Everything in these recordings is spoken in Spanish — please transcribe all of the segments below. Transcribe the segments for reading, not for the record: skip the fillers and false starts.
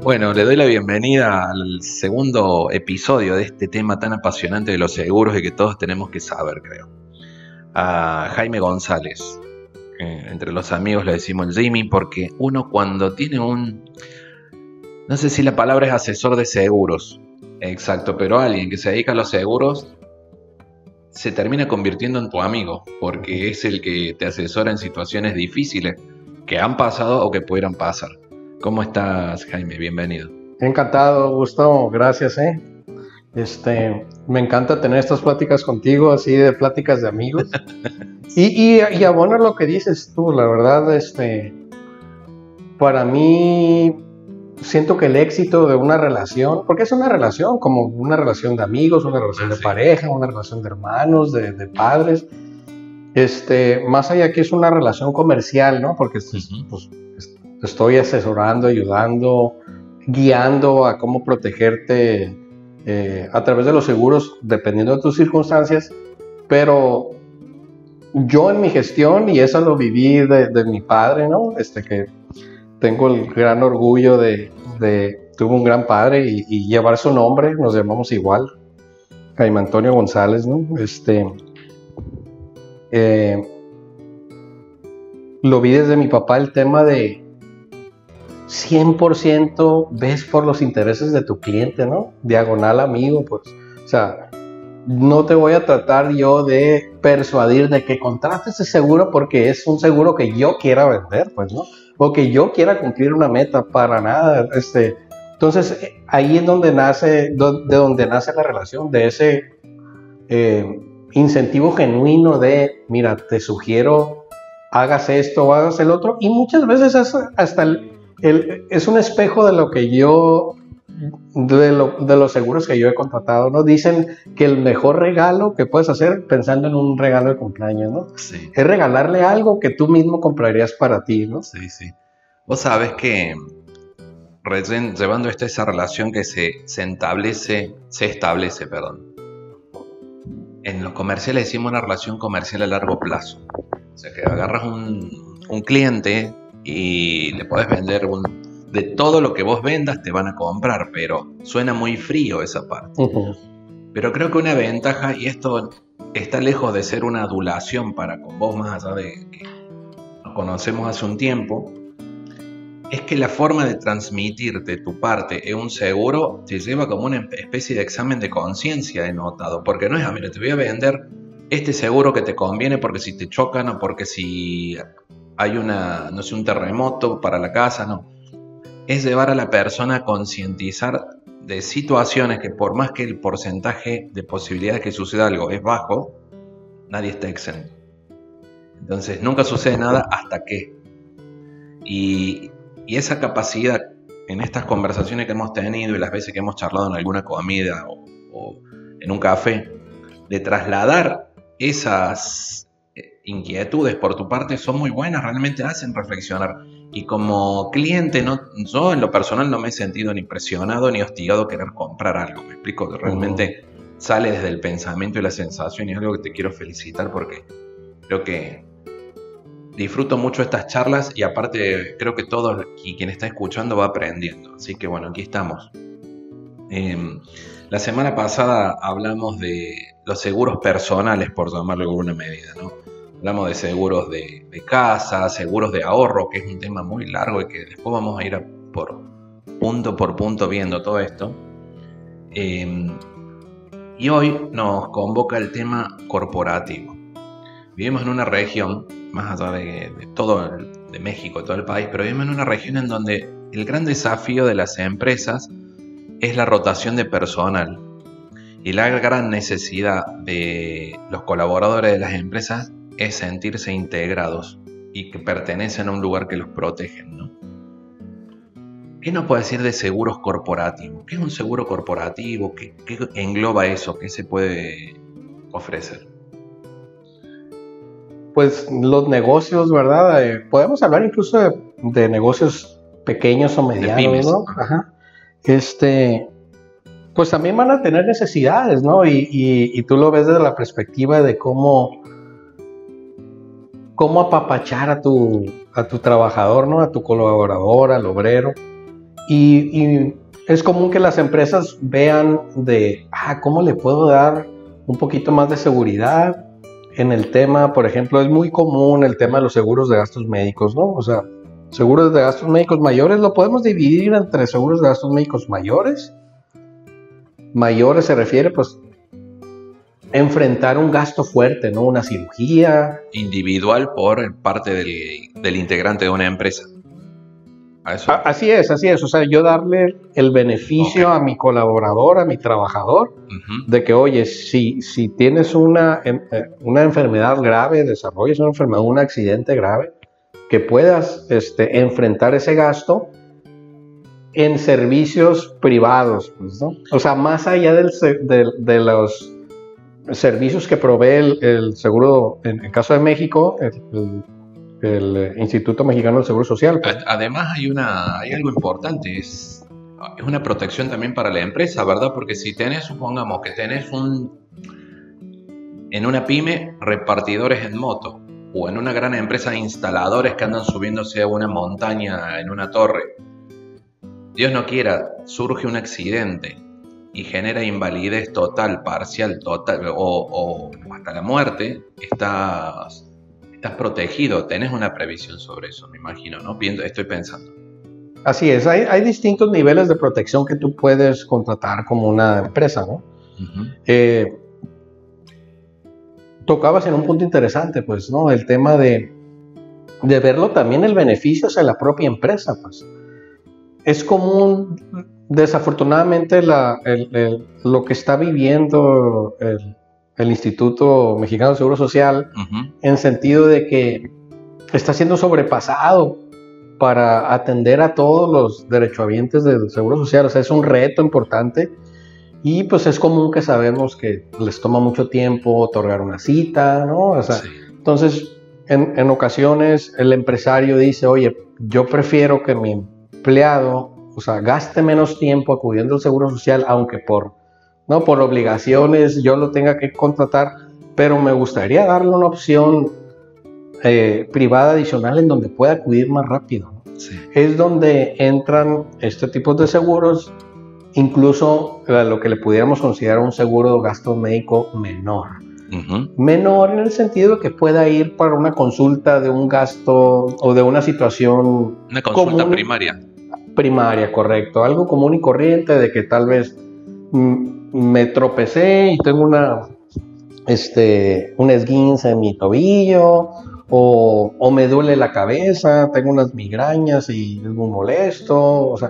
Bueno, le doy la bienvenida al segundo episodio de este tema tan apasionante de los seguros y que todos tenemos que saber, creo. A Jaime González. Entre los amigos le decimos el Jimmy porque uno cuando tiene no sé si la palabra es asesor de seguros, exacto, pero alguien que se dedica a los seguros se termina convirtiendo en tu amigo porque es el que te asesora en situaciones difíciles que han pasado o que pudieran pasar. ¿Cómo estás, Jaime? Bienvenido. Encantado, Gustavo, gracias, me encanta tener estas pláticas contigo, así de pláticas de amigos. Y abono lo que dices tú, la verdad, para mí siento que el éxito de una relación, porque es una relación, como una relación de amigos, una relación de pareja, una relación de hermanos, de padres, más allá que es una relación comercial, ¿no? Porque pues, estoy asesorando, ayudando, guiando a cómo protegerte a través de los seguros, dependiendo de tus circunstancias, pero yo en mi gestión, y eso lo viví de mi padre, ¿no? Que tengo el gran orgullo tuvo un gran padre y llevar su nombre, nos llamamos igual, Jaime Antonio González, ¿no? Lo vi desde mi papá, el tema de 100% ves por los intereses de tu cliente, ¿no? Diagonal amigo, pues, o sea, no te voy a tratar yo de persuadir de que contrates ese seguro porque es un seguro que yo quiera vender, pues, ¿no? O que yo quiera cumplir una meta, para nada, Entonces, ahí es donde nace la relación, de ese incentivo genuino de, mira, te sugiero, hagas esto o hagas el otro, y muchas veces hasta es un espejo de lo que yo, de los seguros que yo he contratado, ¿no? Dicen que el mejor regalo que puedes hacer, pensando en un regalo de cumpleaños, ¿no? Sí. Es regalarle algo que tú mismo comprarías para ti, ¿no? Sí, sí. Vos sabés que llevando esa relación que se establece, perdón. En los comerciales decimos una relación comercial a largo plazo. O sea, que agarras un cliente y le podés vender de todo lo que vos vendas te van a comprar, pero suena muy frío esa parte. Uh-huh. Pero creo que una ventaja, y esto está lejos de ser una adulación para con vos, más allá de que nos conocemos hace un tiempo, es que la forma de transmitirte tu parte en un seguro te lleva como una especie de examen de conciencia, he notado, porque no es, mira, te voy a vender este seguro que te conviene porque si te chocan o porque si hay un terremoto para la casa, no. Es llevar a la persona a concientizar de situaciones que por más que el porcentaje de posibilidades que suceda algo es bajo, nadie está exento. Entonces nunca sucede nada hasta que. Y esa capacidad en estas conversaciones que hemos tenido y las veces que hemos charlado en alguna comida o en un café, de trasladar esas inquietudes por tu parte son muy buenas, realmente hacen reflexionar. Y como cliente, yo en lo personal no me he sentido ni presionado ni hostigado a querer comprar algo. Me explico, que realmente sale desde el pensamiento y la sensación, y es algo que te quiero felicitar porque creo que disfruto mucho estas charlas y aparte creo que todo quien está escuchando va aprendiendo. Así que bueno, aquí estamos. La semana pasada hablamos de los seguros personales, por llamarlo de alguna medida, ¿no? Hablamos de seguros de casa, seguros de ahorro, que es un tema muy largo y que después vamos a ir por punto viendo todo esto. Y hoy nos convoca el tema corporativo. Vivimos en una región, más allá de México, de todo el país, pero vivimos en una región en donde el gran desafío de las empresas es la rotación de personal y la gran necesidad de los colaboradores de las empresas es sentirse integrados y que pertenecen a un lugar que los protege, ¿no? ¿Qué nos puede decir de seguros corporativos? ¿Qué es un seguro corporativo? ¿Qué engloba eso? ¿Qué se puede ofrecer? Pues los negocios, ¿verdad? Podemos hablar incluso de negocios pequeños o medianos, de pymes, ¿no? Ajá. Pues también van a tener necesidades, ¿no? Y tú lo ves desde la perspectiva de cómo apapachar a tu trabajador, ¿no? A tu colaborador, al obrero. Y es común que las empresas vean ¿cómo le puedo dar un poquito más de seguridad en el tema? Por ejemplo, es muy común el tema de los seguros de gastos médicos, ¿no? O sea, seguros de gastos médicos mayores lo podemos dividir entre seguros de gastos médicos mayores. Mayores se refiere, pues, a enfrentar un gasto fuerte, ¿no? Una cirugía. Individual por parte del integrante de una empresa. Así es. O sea, yo darle el beneficio a mi colaborador, a mi trabajador, de que, oye, si tienes una enfermedad grave, desarrollas una enfermedad, un accidente grave, que puedas enfrentar ese gasto en servicios privados, pues, ¿no? O sea, más allá de los servicios que provee el seguro, en el caso de México, el Instituto Mexicano del Seguro Social. Además hay algo importante, es una protección también para la empresa, ¿verdad? Porque si supongamos que tenés en una pyme repartidores en moto, o en una gran empresa instaladores que andan subiéndose a una montaña en una torre, Dios no quiera, surge un accidente y genera invalidez total, parcial, total, o hasta la muerte, estás protegido, tenés una previsión sobre eso, me imagino, ¿no? Estoy pensando. Así es, hay distintos niveles de protección que tú puedes contratar como una empresa, ¿no? Tocabas en un punto interesante, pues, ¿no? El tema de verlo también el beneficio hacia la propia empresa, pues. Es común, desafortunadamente, lo que está viviendo el Instituto Mexicano de Seguro Social, en sentido de que está siendo sobrepasado para atender a todos los derechohabientes del Seguro Social. O sea, es un reto importante y pues es común que sabemos que les toma mucho tiempo otorgar una cita, ¿no? O sea, entonces, en ocasiones el empresario dice, oye, yo prefiero que mi empleado, o sea, gaste menos tiempo acudiendo al Seguro Social, aunque por obligaciones yo lo tenga que contratar, pero me gustaría darle una opción privada adicional en donde pueda acudir más rápido. Sí. Es donde entran este tipo de seguros, incluso lo que le pudiéramos considerar un seguro de gasto médico menor. Menor en el sentido de que pueda ir para una consulta de un gasto o de una situación... Una consulta primaria. Primaria, correcto. Algo común y corriente de que tal vez me tropecé y tengo un esguince en mi tobillo, o me duele la cabeza, tengo unas migrañas y es muy molesto. O sea,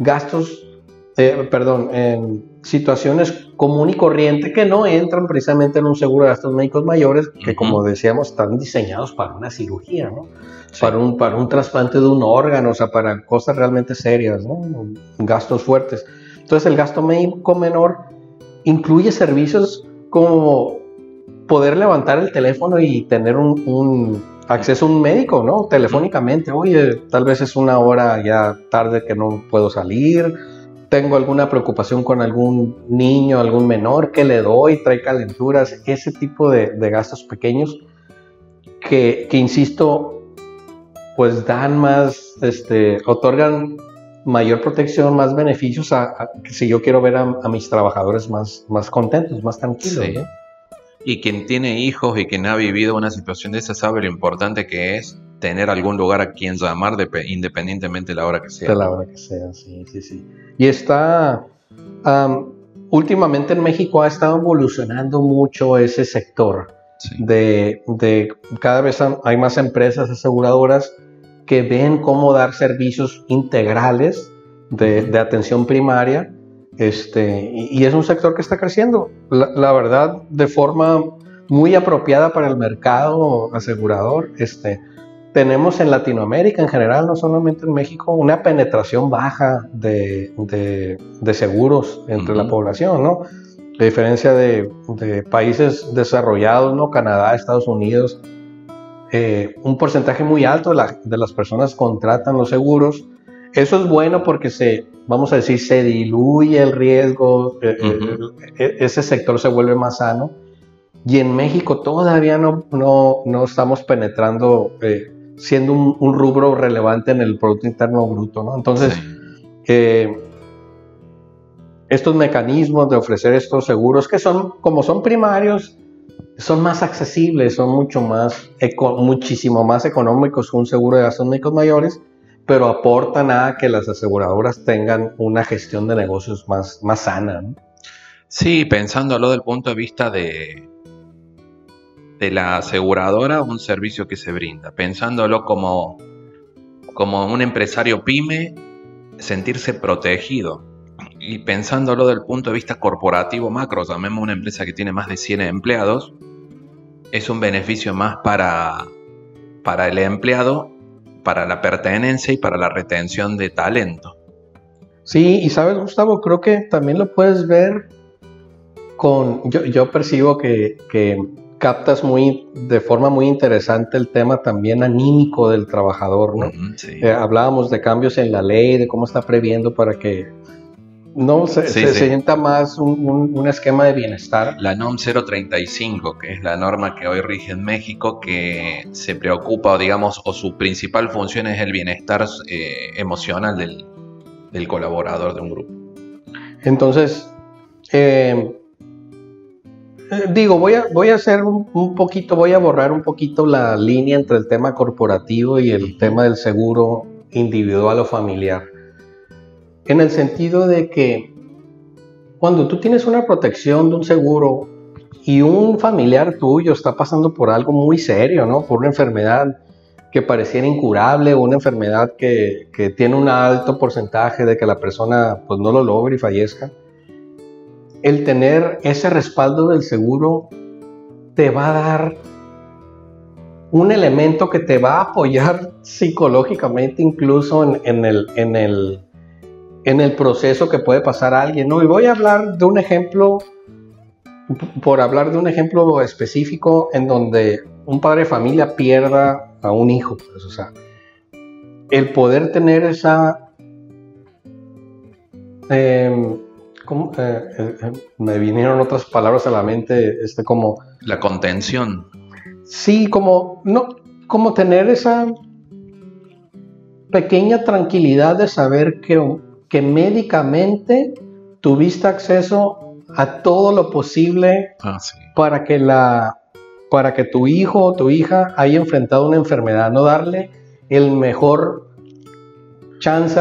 en situaciones común y corriente que no entran precisamente en un seguro de gastos médicos mayores, que como decíamos están diseñados para una cirugía, ¿no? Sí. Para un trasplante de un órgano, o sea, para cosas realmente serias, ¿no? Gastos fuertes. Entonces el gasto médico menor incluye servicios como poder levantar el teléfono y tener un acceso a un médico, ¿no? Telefónicamente. Oye, tal vez es una hora ya tarde que no puedo salir, tengo alguna preocupación con algún niño, algún menor, ¿qué le doy? Trae calenturas, ese tipo de gastos pequeños que insisto, pues dan más, otorgan mayor protección, más beneficios si yo quiero ver a mis trabajadores más contentos, más tranquilos, sí. ¿No? Y quien tiene hijos y quien ha vivido una situación de esa sabe lo importante que es tener algún lugar a quien llamar independientemente de la hora que sea. De la hora que sea, sí. Y últimamente en México ha estado evolucionando mucho ese sector. Sí. De cada vez hay más empresas aseguradoras que ven cómo dar servicios integrales de atención primaria, y es un sector que está creciendo, la verdad, de forma muy apropiada para el mercado asegurador. Tenemos en Latinoamérica en general, no solamente en México, una penetración baja de seguros entre la población, ¿no? A diferencia de países desarrollados, ¿no? Canadá, Estados Unidos, un porcentaje muy alto de las personas contratan los seguros. Eso es bueno porque se diluye el riesgo, ese sector se vuelve más sano. Y en México todavía no estamos penetrando, siendo un rubro relevante en el Producto Interno Bruto, ¿no? Entonces, sí. estos mecanismos de ofrecer estos seguros que son, como son primarios, son más accesibles, son muchísimo más económicos que un seguro de gastos médicos mayores, pero aportan a que las aseguradoras tengan una gestión de negocios más sana, ¿no? Sí, pensándolo del punto de vista de la aseguradora, un servicio que se brinda. Pensándolo como un empresario pyme, sentirse protegido. Y pensándolo del punto de vista corporativo macro, llamemos una empresa que tiene más de 100 empleados, es un beneficio más para el empleado, para la pertenencia y para la retención de talento. Sí, y sabes, Gustavo, creo que también lo puedes ver yo percibo que captas de forma muy interesante el tema también anímico del trabajador, ¿no? Sí. Hablábamos de cambios en la ley, de cómo está previendo para que no se sienta más un esquema de bienestar. La NOM 035, que es la norma que hoy rige en México, que se preocupa, digamos, o su principal función es el bienestar emocional del colaborador de un grupo. Entonces, voy a hacer voy a borrar un poquito la línea entre el tema corporativo y el tema del seguro individual o familiar. En el sentido de que cuando tú tienes una protección de un seguro y un familiar tuyo está pasando por algo muy serio, ¿no? Por una enfermedad que pareciera incurable o una enfermedad que tiene un alto porcentaje de que la persona pues no lo logre y fallezca, el tener ese respaldo del seguro te va a dar un elemento que te va a apoyar psicológicamente incluso en el proceso que puede pasar a alguien, ¿no? Y voy a hablar de un ejemplo, por hablar de un ejemplo específico en donde un padre de familia pierda a un hijo, pues, o sea, el poder tener esa... me vinieron otras palabras a la mente, como... La contención. Sí, como tener esa pequeña tranquilidad de saber que médicamente tuviste acceso a todo lo posible para que tu hijo o tu hija haya enfrentado una enfermedad, no darle el mejor chance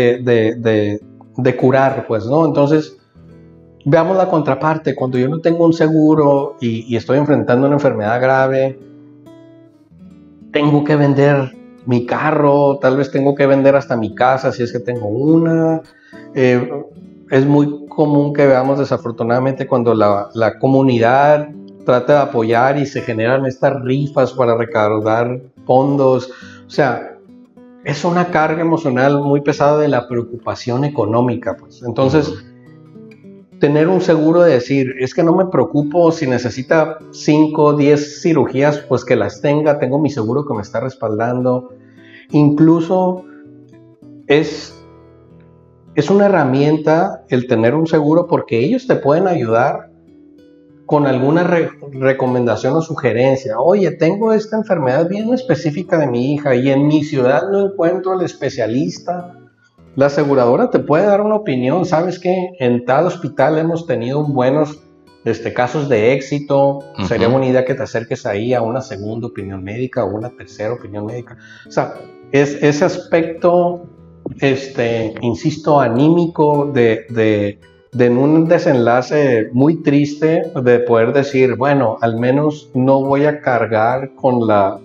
de curar, pues, ¿no? Entonces, veamos la contraparte. Cuando yo no tengo un seguro y estoy enfrentando una enfermedad grave, tengo que vender mi carro, tal vez tengo que vender hasta mi casa si es que tengo una. Es muy común que veamos desafortunadamente cuando la comunidad trata de apoyar y se generan estas rifas para recaudar fondos. O sea, es una carga emocional muy pesada de la preocupación económica, pues. Entonces, tener un seguro de decir, es que no me preocupo si necesita 5 o 10 cirugías, pues que las tengo mi seguro que me está respaldando. Incluso es una herramienta el tener un seguro porque ellos te pueden ayudar con alguna recomendación o sugerencia. Oye, tengo esta enfermedad bien específica de mi hija y en mi ciudad no encuentro al especialista. La aseguradora te puede dar una opinión. ¿Sabes qué? En tal hospital hemos tenido buenos casos de éxito. Sería buena idea que te acerques ahí a una segunda opinión médica o una tercera opinión médica. O sea, es ese aspecto, insisto, anímico de un desenlace muy triste, de poder decir, bueno, al menos no voy a cargar con la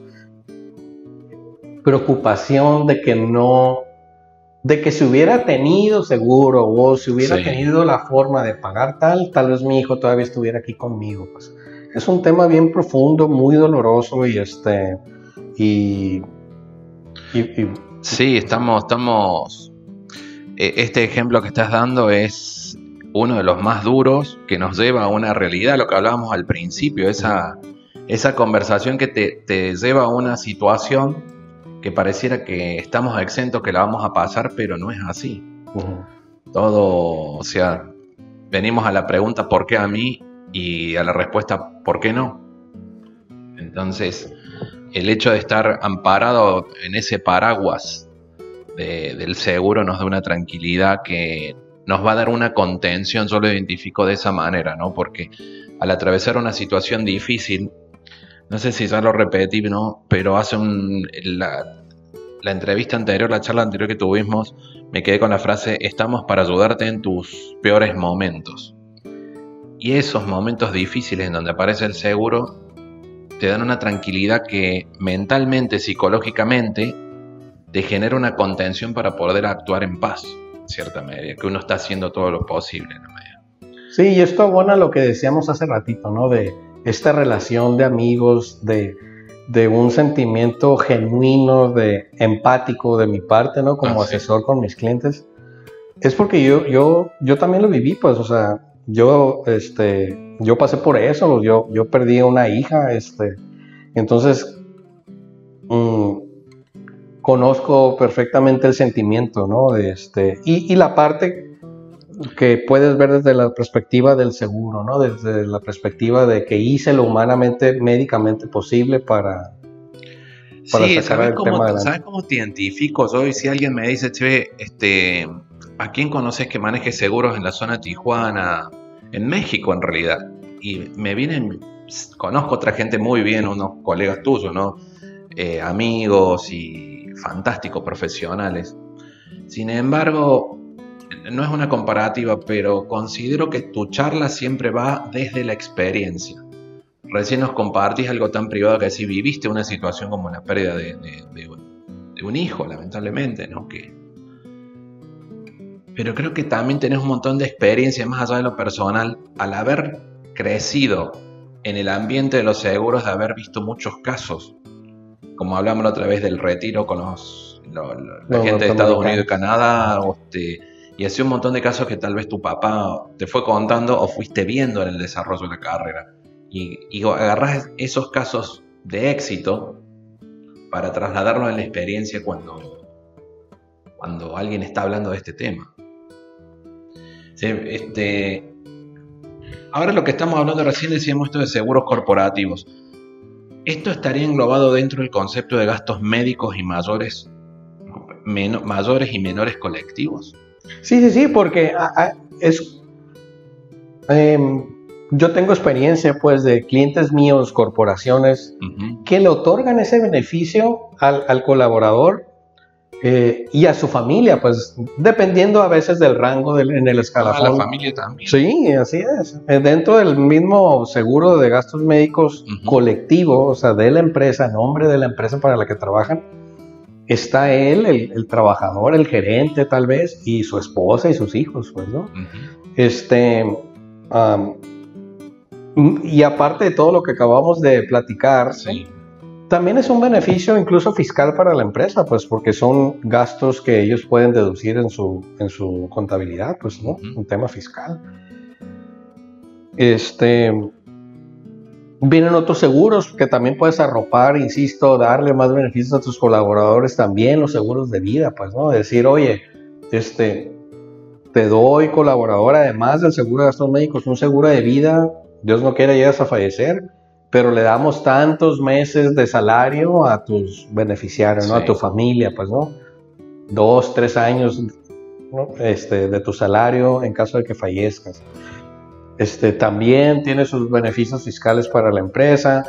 preocupación de que si hubiera tenido seguro o si hubiera tenido la forma de pagar tal vez mi hijo todavía estuviera aquí conmigo. Pues es un tema bien profundo, muy doloroso y sí, estamos este ejemplo que estás dando es uno de los más duros que nos lleva a una realidad, lo que hablábamos al principio, esa conversación que te lleva a una situación que pareciera que estamos exentos, que la vamos a pasar, pero no es así. Todo, o sea, venimos a la pregunta ¿por qué a mí? Y a la respuesta ¿por qué no? Entonces, el hecho de estar amparado en ese paraguas del seguro nos da una tranquilidad que nos va a dar una contención. Yo lo identifico de esa manera, ¿no? Porque al atravesar una situación difícil, no sé si ya lo repetí, ¿no? Pero la entrevista anterior, la charla anterior que tuvimos, me quedé con la frase: estamos para ayudarte en tus peores momentos. Y esos momentos difíciles en donde aparece el seguro te dan una tranquilidad que mentalmente, psicológicamente, te genera una contención para poder actuar en paz, en cierta medida, que uno está haciendo todo lo posible en la medida. Sí, y esto abona lo que decíamos hace ratito, ¿no? De esta relación de amigos, de un sentimiento genuino, de empático de mi parte, ¿no? Como asesor con mis clientes. Es porque yo también lo viví, pues, o sea, yo pasé por eso, yo perdí una hija, entonces conozco perfectamente el sentimiento, ¿no? Y la parte que puedes ver desde la perspectiva del seguro, ¿no? Desde la perspectiva de que hice lo humanamente, médicamente posible para sí, sacar el tema adelante. ¿Sabes cómo te identifico yo? Y si alguien me dice, che, ¿a quién conoces que maneje seguros en la zona de Tijuana? En México, en realidad. Y conozco otra gente muy bien, unos colegas tuyos, ¿no? Amigos y fantásticos profesionales. Sin embargo, no es una comparativa, pero considero que tu charla siempre va desde la experiencia. Recién nos compartís algo tan privado que si viviste una situación como la pérdida de un hijo, lamentablemente, ¿no? Pero creo que también tenés un montón de experiencia más allá de lo personal, al haber crecido en el ambiente de los seguros, de haber visto muchos casos, como hablamos la otra vez del retiro con la gente de Estados Unidos y Canadá, y así un montón de casos que tal vez tu papá te fue contando o fuiste viendo en el desarrollo de la carrera. Y agarrás esos casos de éxito para trasladarlo en la experiencia cuando alguien está hablando de este tema. Sí, ahora lo que estamos hablando recién, decíamos esto de seguros corporativos. ¿Esto estaría englobado dentro del concepto de gastos médicos y mayores y menores colectivos? Sí, porque yo tengo experiencia pues de clientes míos, corporaciones, que le otorgan ese beneficio al colaborador y a su familia, pues dependiendo a veces del rango en el escalafón. A la familia también. Sí, así es. Dentro del mismo seguro de gastos médicos colectivo, o sea, de la empresa, a nombre de la empresa para la que trabajan, está él, el trabajador, el gerente tal vez, y su esposa y sus hijos, pues, ¿no? Y aparte de todo lo que acabamos de platicar, sí, también es un beneficio incluso fiscal para la empresa, pues porque son gastos que ellos pueden deducir en su contabilidad, pues, ¿no? Un tema fiscal. Vienen otros seguros que también puedes arropar, insisto, darle más beneficios a tus colaboradores también, los seguros de vida, pues, ¿no? Decir, oye, te doy, colaborador, además del seguro de gastos médicos, un seguro de vida, Dios no quiera llegas a fallecer, pero le damos tantos meses de salario a tus beneficiarios, ¿no? Sí. A tu familia, pues, ¿no? 2, 3 años, ¿no? De tu salario en caso de que fallezcas. También tiene sus beneficios fiscales para la empresa.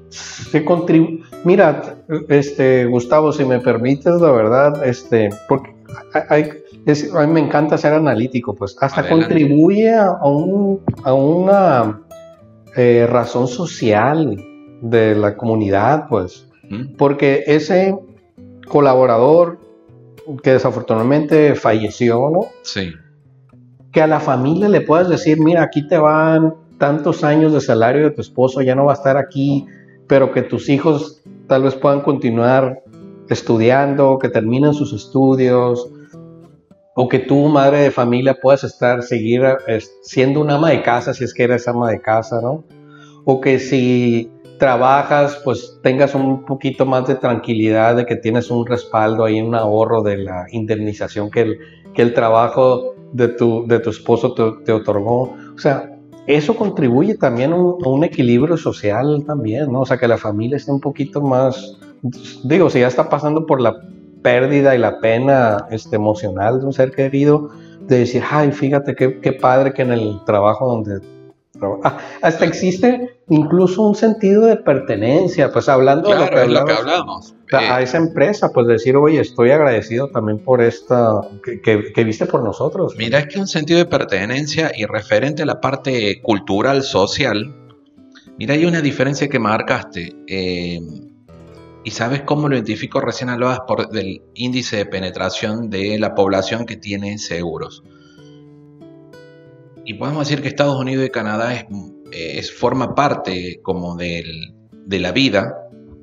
Mira, Gustavo, si me permites, la verdad, porque a mí me encanta ser analítico, pues hasta adelante. Contribuye a una razón social de la comunidad, pues, porque ese colaborador que desafortunadamente falleció, ¿no? Sí. Que a la familia le puedas decir, mira, aquí te van tantos años de salario de tu esposo, ya no va a estar aquí, pero que tus hijos tal vez puedan continuar estudiando, que terminen sus estudios, o que tú, madre de familia, puedas seguir siendo una ama de casa, si es que eres ama de casa, ¿no? O que si trabajas, pues tengas un poquito más de tranquilidad de que tienes un respaldo ahí, un ahorro de la indemnización que el trabajo de tu esposo te otorgó. O sea, eso contribuye también a un equilibrio social también, ¿no? O sea, que la familia esté un poquito más, digo, si ya está pasando por la pérdida y la pena emocional de un ser querido, de decir, ay, fíjate qué padre que en el trabajo donde hasta existe incluso un sentido de pertenencia, pues hablando de Claro, es lo que hablamos. a esa empresa, pues decir, oye, estoy agradecido también por esta, que viste por nosotros. Mira, es que un sentido de pertenencia y referente a la parte cultural, social, mira, hay una diferencia que marcaste, y sabes cómo lo identifico, recién hablabas del índice de penetración de la población que tiene seguros. Y podemos decir que Estados Unidos y Canadá forma parte como de la vida,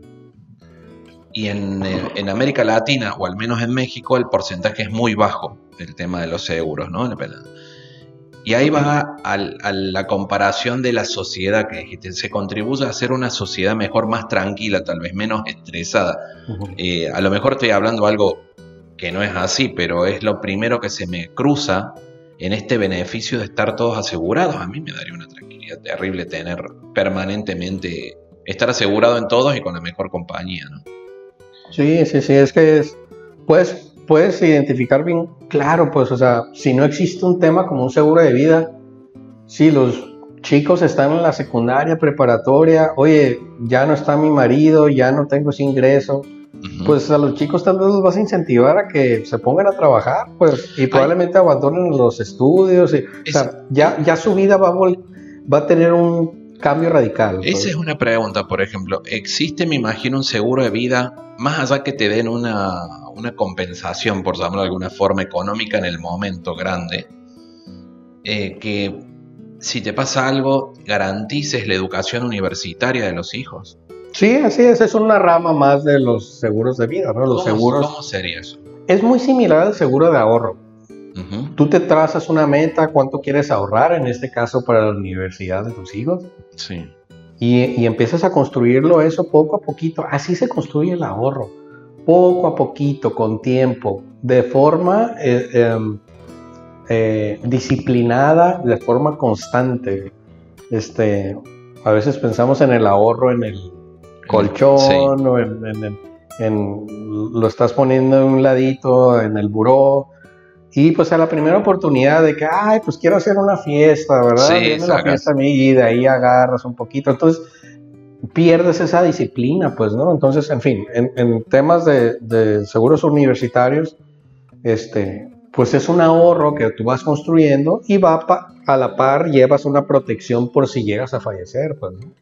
y en América Latina, o al menos en México, el porcentaje es muy bajo del tema de los seguros, ¿no? Y ahí va a la comparación de la sociedad que dijiste. Se contribuye a hacer una sociedad mejor, más tranquila, tal vez menos estresada. A lo mejor estoy hablando algo que no es así, pero es lo primero que se me cruza en este beneficio de estar todos asegurados. A mí me daría una tranquilidad terrible tener permanentemente, estar asegurado en todos y con la mejor compañía, ¿no? Sí, es que puedes identificar bien claro, pues, o sea, si no existe un tema como un seguro de vida, si los chicos están en la secundaria, preparatoria, oye, ya no está mi marido, ya no tengo ese ingreso, pues a los chicos tal vez los vas a incentivar a que se pongan a trabajar, pues, y probablemente abandonen los estudios, o sea, ya su vida va a tener un cambio radical. Esa es una pregunta, por ejemplo. ¿Existe, me imagino, un seguro de vida, más allá que te den una compensación, por llamarlo de alguna forma, económica en el momento grande, que si te pasa algo, garantices la educación universitaria de los hijos? Sí, así es una rama más de los seguros de vida, ¿no? Los seguros. ¿Cómo sería eso? Es muy similar al seguro de ahorro. Tú te trazas una meta, cuánto quieres ahorrar, en este caso para la universidad de tus hijos. Sí. Y empiezas a construirlo eso poco a poquito. Así se construye el ahorro. Poco a poquito, con tiempo, de forma disciplinada, de forma constante. A veces pensamos en el ahorro en el colchón, sí, o lo estás poniendo en un ladito en el buró. Y pues a la primera oportunidad de que, ay, pues quiero hacer una fiesta, ¿verdad? Sí, viene la fiesta a mí y de ahí agarras un poquito. Entonces pierdes esa disciplina, pues, ¿no? Entonces, en fin, en temas de seguros universitarios, pues es un ahorro que tú vas construyendo y va a la par, llevas una protección por si llegas a fallecer, pues, ¿no?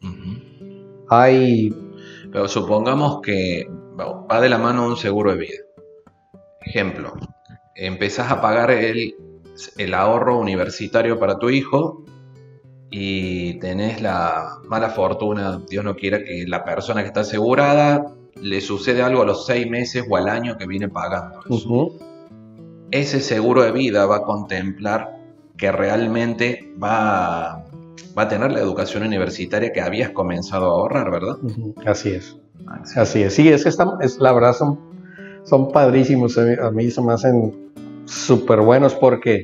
Pero supongamos que va de la mano un seguro de vida. Ejemplo, empezás a pagar el ahorro universitario para tu hijo y tenés la mala fortuna, Dios no quiera, que la persona que está asegurada le sucede algo a los 6 meses o al año que viene pagando eso. Ese seguro de vida va a contemplar que realmente va a tener la educación universitaria que habías comenzado a ahorrar, ¿verdad? Así es. Así es. Sí, la verdad son padrísimos. A mí se me hacen súper buenos porque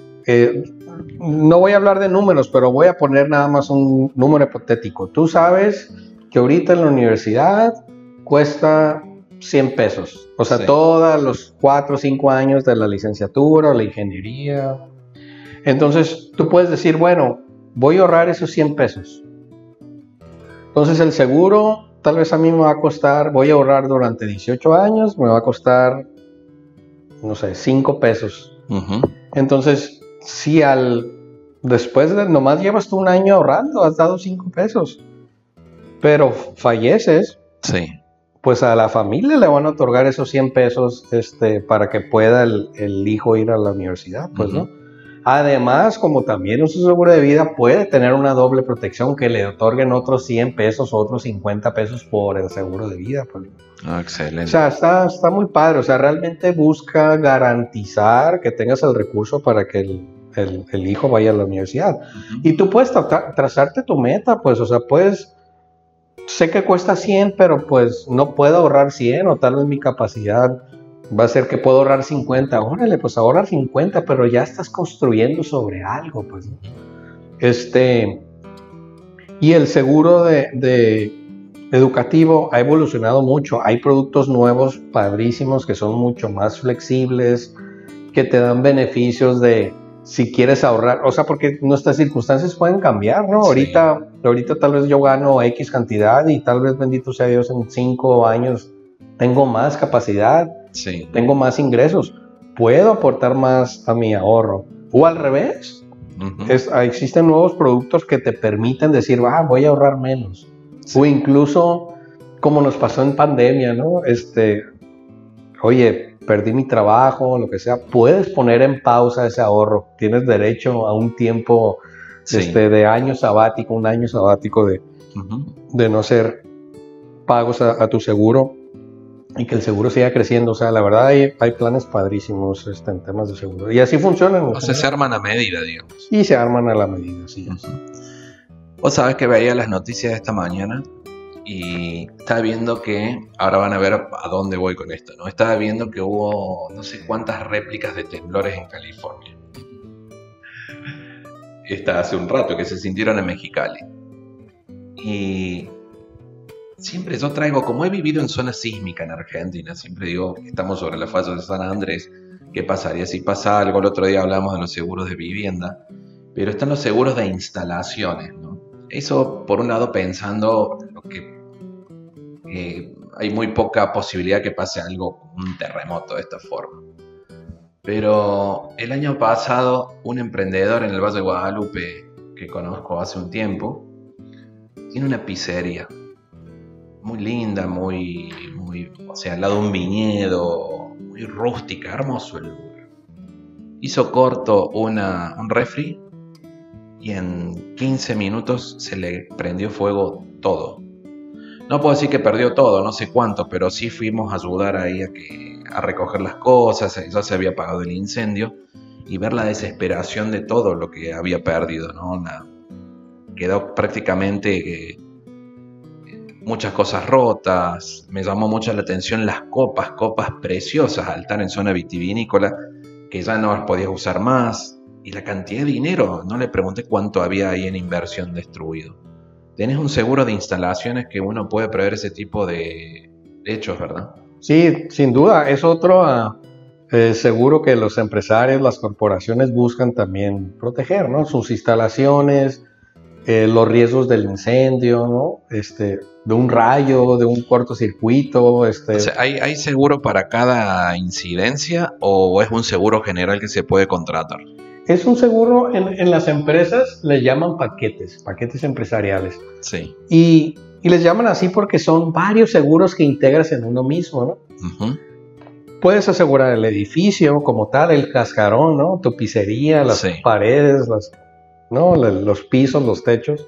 no voy a hablar de números, pero voy a poner nada más un número hipotético. Tú sabes que ahorita en la universidad cuesta 100 pesos. O sea, sí, todos los 4 o 5 años de la licenciatura o la ingeniería. Entonces, tú puedes decir, bueno, voy a ahorrar esos 100 pesos. Entonces, el seguro tal vez a mí me va a costar, voy a ahorrar durante 18 años, me va a costar, no sé, 5 pesos. Entonces, si después de nomás llevas tú un año ahorrando, has dado 5 pesos, pero falleces, sí, pues a la familia le van a otorgar esos 100 pesos para que pueda el hijo ir a la universidad, pues, ¿no? Además, como también un seguro de vida puede tener una doble protección, que le otorguen otros 100 pesos o otros 50 pesos por el seguro de vida, pues. Excelente. O sea, está muy padre. O sea, realmente busca garantizar que tengas el recurso para que el hijo vaya a la universidad. Y tú puedes trazarte tu meta, pues, o sea, sé que cuesta 100, pero pues no puedo ahorrar 100, o tal vez mi capacidad va a ser que puedo ahorrar 50. Órale, pues ahorrar 50, pero ya estás construyendo sobre algo, pues, ¿no? Y el seguro de educativo ha evolucionado mucho. Hay productos nuevos padrísimos que son mucho más flexibles, que te dan beneficios de si quieres ahorrar, o sea, porque nuestras circunstancias pueden cambiar, ¿no? Sí. Ahorita tal vez yo gano X cantidad y tal vez, bendito sea Dios, en 5 años tengo más capacidad, Sí. tengo más ingresos, puedo aportar más a mi ahorro. O al revés, existen nuevos productos que te permiten decir, voy a ahorrar menos. Sí. O incluso, como nos pasó en pandemia, ¿no? Oye, perdí mi trabajo, lo que sea, puedes poner en pausa ese ahorro. Tienes derecho a un tiempo de año sabático, un año sabático de no hacer pagos a tu seguro y que el seguro siga creciendo. O sea, la verdad hay planes padrísimos en temas de seguro. Y así funcionan. O sea, se arman a medida, digamos. Y se arman a la medida, sí. Vos sabés que veía las noticias de esta mañana y estaba viendo que, ahora van a ver a dónde voy con esto, ¿no? Estaba viendo que hubo no sé cuántas réplicas de temblores en California. Hace un rato que se sintieron en Mexicali. Y siempre yo traigo, como he vivido en zona sísmica en Argentina, siempre digo que estamos sobre la falla de San Andrés, ¿qué pasaría si pasa algo? El otro día hablamos de los seguros de vivienda, pero están los seguros de instalaciones, ¿no? Eso, por un lado, pensando lo que hay muy poca posibilidad que pase algo como un terremoto de esta forma. Pero el año pasado, un emprendedor en el Valle de Guadalupe, que conozco hace un tiempo, tiene una pizzería muy linda, muy, o sea, al lado de un viñedo, muy rústica, hermoso el lugar. Hizo corto un refri y en 15 minutos se le prendió fuego todo. No puedo decir que perdió todo, no sé cuánto, pero sí fuimos a ayudar ahí a recoger las cosas, ya se había apagado el incendio, y ver la desesperación de todo lo que había perdido, ¿no? Quedó prácticamente muchas cosas rotas. Me llamó mucho la atención las copas preciosas al estar en zona vitivinícola, que ya no las podías usar más, y la cantidad de dinero, no le pregunté cuánto había ahí en inversión destruido. Tenés un seguro de instalaciones que uno puede prever ese tipo de hechos, ¿verdad? Sí, sin duda. Es otro seguro que los empresarios, las corporaciones buscan también proteger, ¿no? Sus instalaciones, los riesgos del incendio, ¿no? De un rayo, de un cortocircuito. O sea, ¿hay seguro para cada incidencia o es un seguro general que se puede contratar? Es un seguro, en las empresas le llaman paquetes empresariales. Sí. Y les llaman así porque son varios seguros que integras en uno mismo, ¿no? Uh-huh. Puedes asegurar el edificio como tal, el cascarón, ¿no? Tu pizzería, las paredes, los pisos, los techos.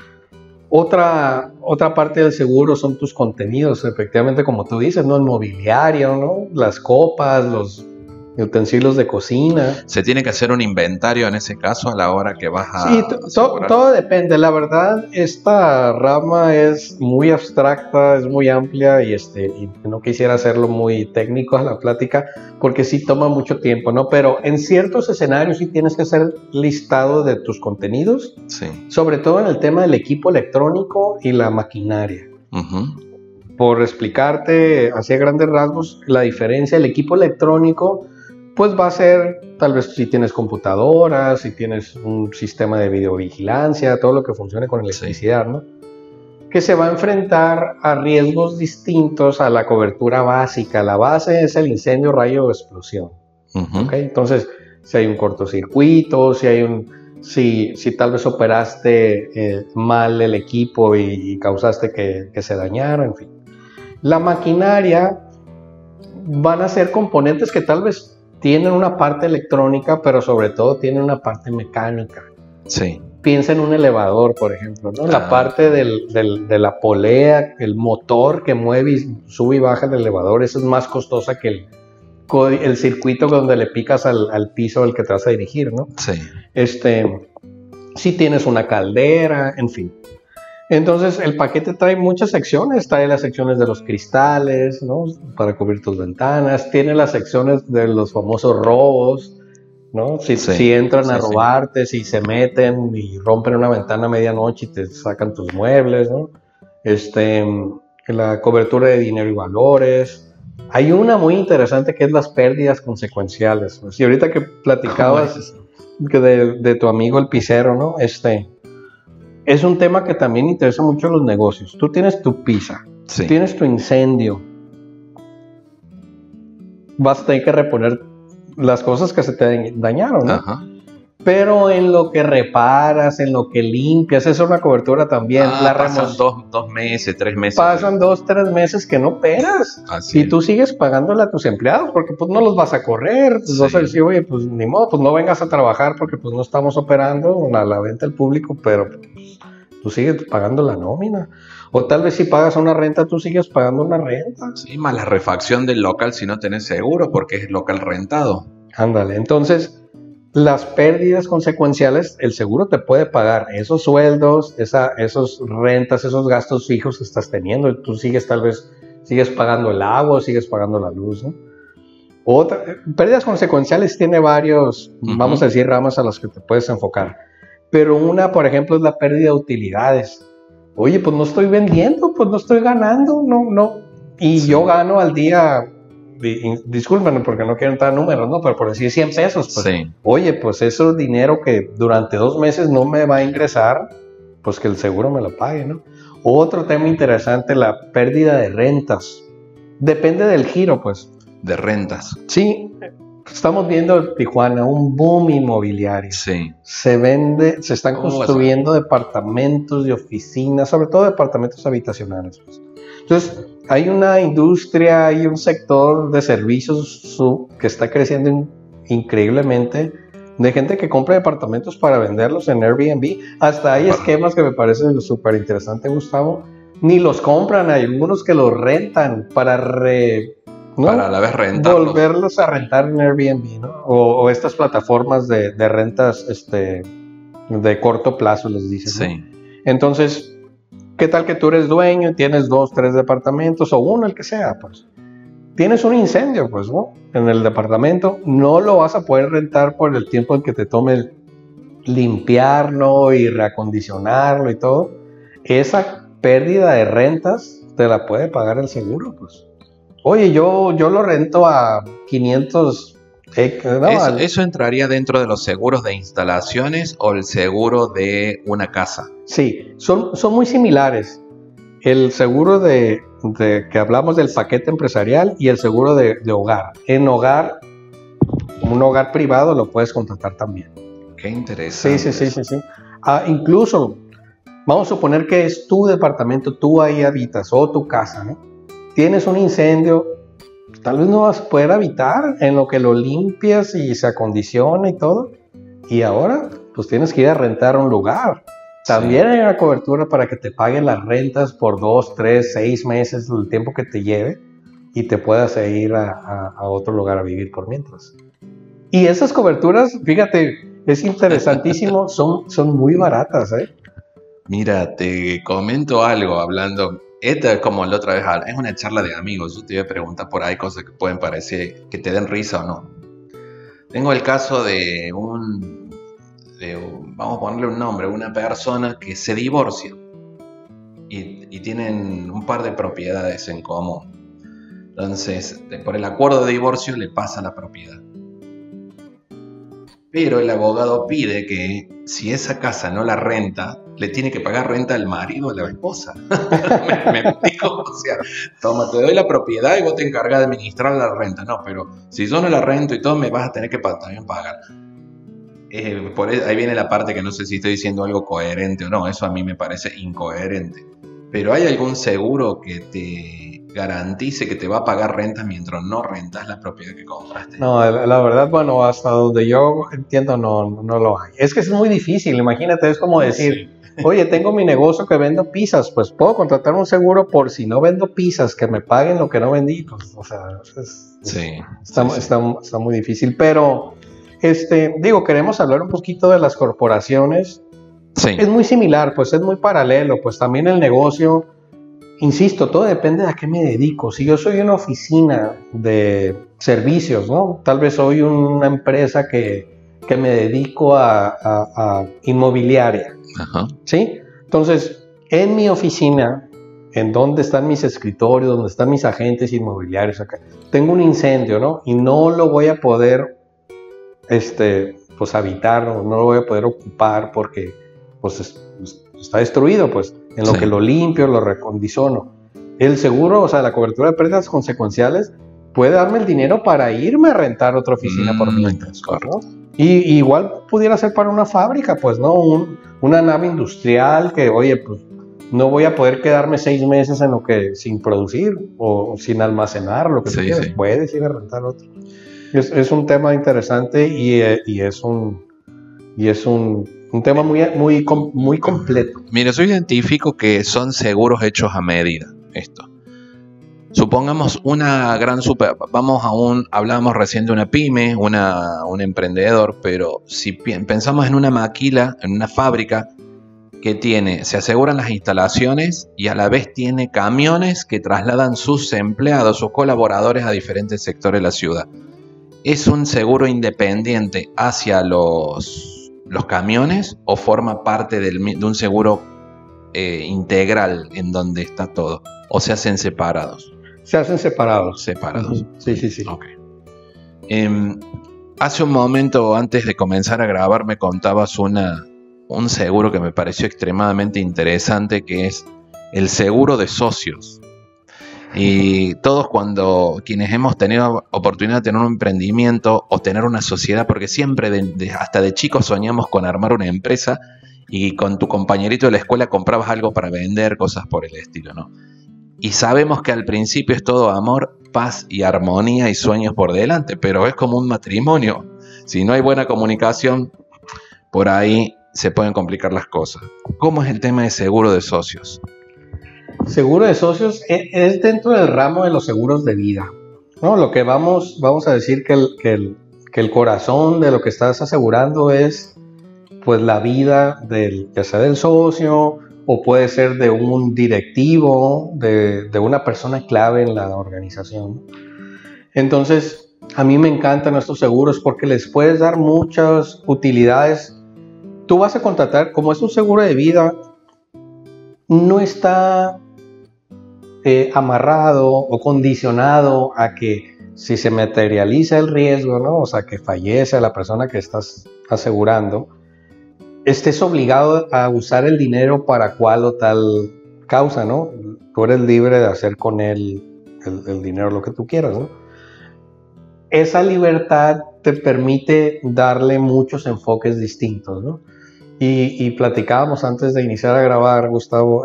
Otra parte del seguro son tus contenidos, efectivamente, como tú dices, ¿no? El mobiliario, ¿no? Las copas, los utensilios de cocina. ¿Se tiene que hacer un inventario en ese caso a la hora que vas a...? Sí, todo depende. La verdad, esta rama es muy abstracta, es muy amplia y no quisiera hacerlo muy técnico a la plática porque sí toma mucho tiempo, ¿no? Pero en ciertos escenarios sí tienes que hacer listado de tus contenidos, sí. Sobre todo en el tema del equipo electrónico y la maquinaria. Uh-huh. Por explicarte así a grandes rasgos, la diferencia, el equipo electrónico pues va a ser, tal vez si tienes computadoras, si tienes un sistema de videovigilancia, todo lo que funcione con electricidad, ¿no? Que se va a enfrentar a riesgos distintos a la cobertura básica. La base es el incendio, rayo o explosión. Uh-huh. ¿Okay? Entonces, si hay un cortocircuito, si tal vez operaste mal el equipo y causaste que se dañara, en fin. La maquinaria van a ser componentes que tal vez tienen una parte electrónica, pero sobre todo tienen una parte mecánica. Sí. Piensa en un elevador, por ejemplo, ¿no? La parte de la polea, el motor que mueve y sube y baja el elevador, eso es más costosa que el circuito donde le picas al piso al que te vas a dirigir, ¿no? Sí. Si tienes una caldera, en fin. Entonces, el paquete trae muchas secciones. Trae las secciones de los cristales, ¿no? Para cubrir tus ventanas. Tiene las secciones de los famosos robos, ¿no? Si entran a robarte, si se meten y rompen una ventana a medianoche y te sacan tus muebles, ¿no? La cobertura de dinero y valores. Hay una muy interesante que es las pérdidas consecuenciales. Y ahorita que platicabas de tu amigo el pizzero, ¿no? Es un tema que también interesa mucho a los negocios. Tú tienes tu pizza, Sí. tienes tu incendio. Vas a tener que reponer las cosas que se te dañaron, ¿no? Ajá. Pero en lo que reparas, en lo que limpias, es una cobertura también. Pasan 2 meses, 3 meses. Pasan 2-3 meses que no operas. Así y tú sigues pagándole a tus empleados porque pues no los vas a correr. Pues vas a decir, oye, pues ni modo, pues no vengas a trabajar porque pues no estamos operando la venta al público, pero pues, tú sigues pagando la nómina. O tal vez si pagas una renta, tú sigues pagando una renta. Sí, más la refacción del local si no tenés seguro porque es local rentado. Ándale, entonces las pérdidas consecuenciales, el seguro te puede pagar esos sueldos, esos rentas, esos gastos fijos que estás teniendo. Tú tal vez sigues pagando el agua, sigues pagando la luz, ¿no? Pérdidas consecuenciales tiene varios, vamos a decir, ramas a las que te puedes enfocar. Pero una, por ejemplo, es la pérdida de utilidades. Oye, pues no estoy vendiendo, pues no estoy ganando, no. Y yo gano al día, discúlpenme porque no quiero entrar a números, ¿no? Pero por decir 100 pesos, pues, oye, pues eso es dinero que durante 2 meses no me va a ingresar, pues que el seguro me lo pague, ¿no? Otro tema interesante, la pérdida de rentas. Depende del giro, pues. De rentas. Sí, estamos viendo en Tijuana un boom inmobiliario. Sí. Se están construyendo departamentos de oficinas, sobre todo departamentos habitacionales, pues. Entonces, hay una industria, hay un sector de servicios que está creciendo increíblemente, de gente que compra departamentos para venderlos en Airbnb. Hasta hay esquemas que me parecen súper interesante, Gustavo. Ni los compran, hay algunos que los rentan para para a la vez rentarlos. Volverlos a rentar en Airbnb, ¿no? O estas plataformas de rentas de corto plazo, les dicen, ¿no? Sí. Entonces, ¿qué tal que tú eres dueño y tienes 2, 3 departamentos o uno, el que sea? Pues tienes un incendio, pues, ¿no? En el departamento, no lo vas a poder rentar por el tiempo en que te tome limpiarlo y reacondicionarlo y todo. Esa pérdida de rentas te la puede pagar el seguro, pues. Oye, yo lo rento a 500. ¿No? ¿Eso entraría dentro de los seguros de instalaciones o el seguro de una casa? Sí, son muy similares. El seguro de que hablamos del paquete empresarial y el seguro de hogar. En hogar, un hogar privado lo puedes contratar también. Qué interesante. Sí. Incluso, vamos a suponer que es tu departamento, tú ahí habitas, o tu casa, ¿no? Tienes un incendio, tal vez no vas a poder habitar en lo que lo limpias y se acondiciona y todo. Y ahora, pues tienes que ir a rentar un lugar. También hay una cobertura para que te paguen las rentas por 2, 3, 6 meses, el tiempo que te lleve, y te puedas ir a otro lugar a vivir por mientras. Y esas coberturas, fíjate, es interesantísimo, son muy baratas, ¿eh? Mira, te comento algo hablando. Esta es como la otra vez, es una charla de amigos. Yo te voy a preguntar por ahí cosas que pueden parecer que te den risa o no. Tengo el caso de vamos a ponerle un nombre, una persona que se divorcia y tienen un par de propiedades en común. Entonces, por el acuerdo de divorcio le pasa la propiedad. Pero el abogado pide que si esa casa no la renta, le tiene que pagar renta al marido o a la esposa. me explico, o sea, toma, te doy la propiedad y vos te encargas de administrar la renta. No, pero si yo no la rento y todo, me vas a tener que también pagar. Ahí viene la parte que no sé si estoy diciendo algo coherente o no. Eso a mí me parece incoherente. Pero ¿hay algún seguro que te garantice que te va a pagar renta mientras no rentas la propiedad que compraste? No, la verdad, bueno, hasta donde yo entiendo no lo hay. Es que es muy difícil, imagínate, es como decir, oye, tengo mi negocio que vendo pizzas, pues puedo contratar un seguro por si no vendo pizzas, que me paguen lo que no vendí, pues, o sea, está muy difícil, pero, queremos hablar un poquito de las corporaciones. Sí. Es muy similar, pues es muy paralelo, pues también el negocio, insisto, todo depende de a qué me dedico. Si yo soy una oficina de servicios, ¿no? Tal vez soy una empresa que me dedico a inmobiliaria. Ajá. ¿Sí? Entonces, en mi oficina en dónde están mis escritorios, dónde están mis agentes inmobiliarios acá. Tengo un incendio, ¿no? Y no lo voy a poder, pues habitar, no lo voy a poder ocupar porque, pues, está destruido, pues, en lo que lo limpio, lo recondiciono. El seguro, o sea, la cobertura de pérdidas consecuenciales puede darme el dinero para irme a rentar otra oficina por mientras, ¿no? Y igual pudiera ser para una fábrica, pues, ¿no? Una nave industrial que, oye, pues, no voy a poder quedarme 6 meses en lo que sin producir o sin almacenar, lo que tú quieras. Puedes ir a rentar otro. Es un tema interesante y es un tema muy completo. Mira, yo identifico que son seguros hechos a medida, esto. Supongamos una gran hablábamos recién de una pyme, un emprendedor, pero si pensamos en una maquila, en una fábrica que se aseguran las instalaciones y a la vez tiene camiones que trasladan sus empleados, sus colaboradores a diferentes sectores de la ciudad. ¿Es un seguro independiente hacia los camiones o forma parte de un seguro integral en donde está todo? ¿O se hacen separados? Se hacen separados. Separados. Sí. Okay. Hace un momento, antes de comenzar a grabar, me contabas un seguro que me pareció extremadamente interesante, que es el seguro de socios. Y todos quienes hemos tenido oportunidad de tener un emprendimiento o tener una sociedad, porque siempre hasta de chicos soñamos con armar una empresa y con tu compañerito de la escuela comprabas algo para vender, cosas por el estilo, ¿no? Y sabemos que al principio es todo amor, paz y armonía y sueños por delante, pero es como un matrimonio. Si no hay buena comunicación, por ahí se pueden complicar las cosas. ¿Cómo es el tema de seguro de socios? Seguro de socios es dentro del ramo de los seguros de vida, ¿no? Lo que vamos a decir que el corazón de lo que estás asegurando es, pues, la vida ya sea del socio o puede ser de un directivo, de una persona clave en la organización. Entonces, a mí me encantan estos seguros porque les puedes dar muchas utilidades. Tú vas a contratar, como es un seguro de vida, no está amarrado o condicionado a que si se materializa el riesgo, ¿no? O sea, que fallece la persona que estás asegurando, estés obligado a usar el dinero para cual o tal causa, ¿no? Tú eres libre de hacer con él el dinero lo que tú quieras, ¿no? Esa libertad te permite darle muchos enfoques distintos, ¿no? Y platicábamos antes de iniciar a grabar, Gustavo,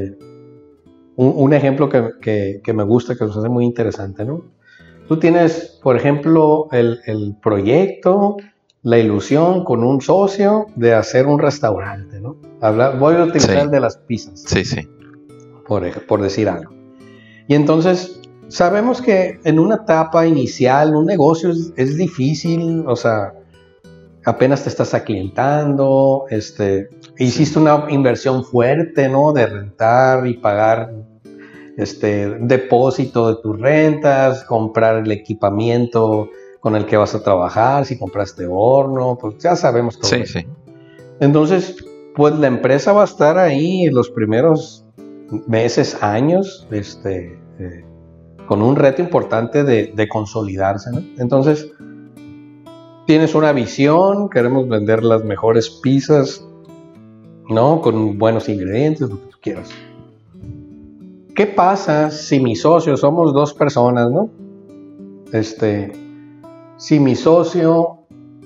un ejemplo que me gusta, que nos hace muy interesante, ¿no? Tú tienes, por ejemplo, el proyecto, la ilusión con un socio de hacer un restaurante, ¿no? Voy a utilizar el de las pizzas. Sí. Por decir algo. Y entonces, sabemos que en una etapa inicial, un negocio es difícil, o sea, apenas te estás aclientando, hiciste una inversión fuerte, ¿no? De rentar y pagar depósito de tus rentas, comprar el equipamiento con el que vas a trabajar, si compraste horno, pues ya sabemos todo eso. Sí. Entonces, pues la empresa va a estar ahí en los primeros meses, años, con un reto importante de consolidarse, ¿no? Entonces, tienes una visión, queremos vender las mejores pizzas, ¿no? Con buenos ingredientes, lo que tú quieras. ¿Qué pasa si mi socio, somos 2 personas, ¿no? Si mi socio,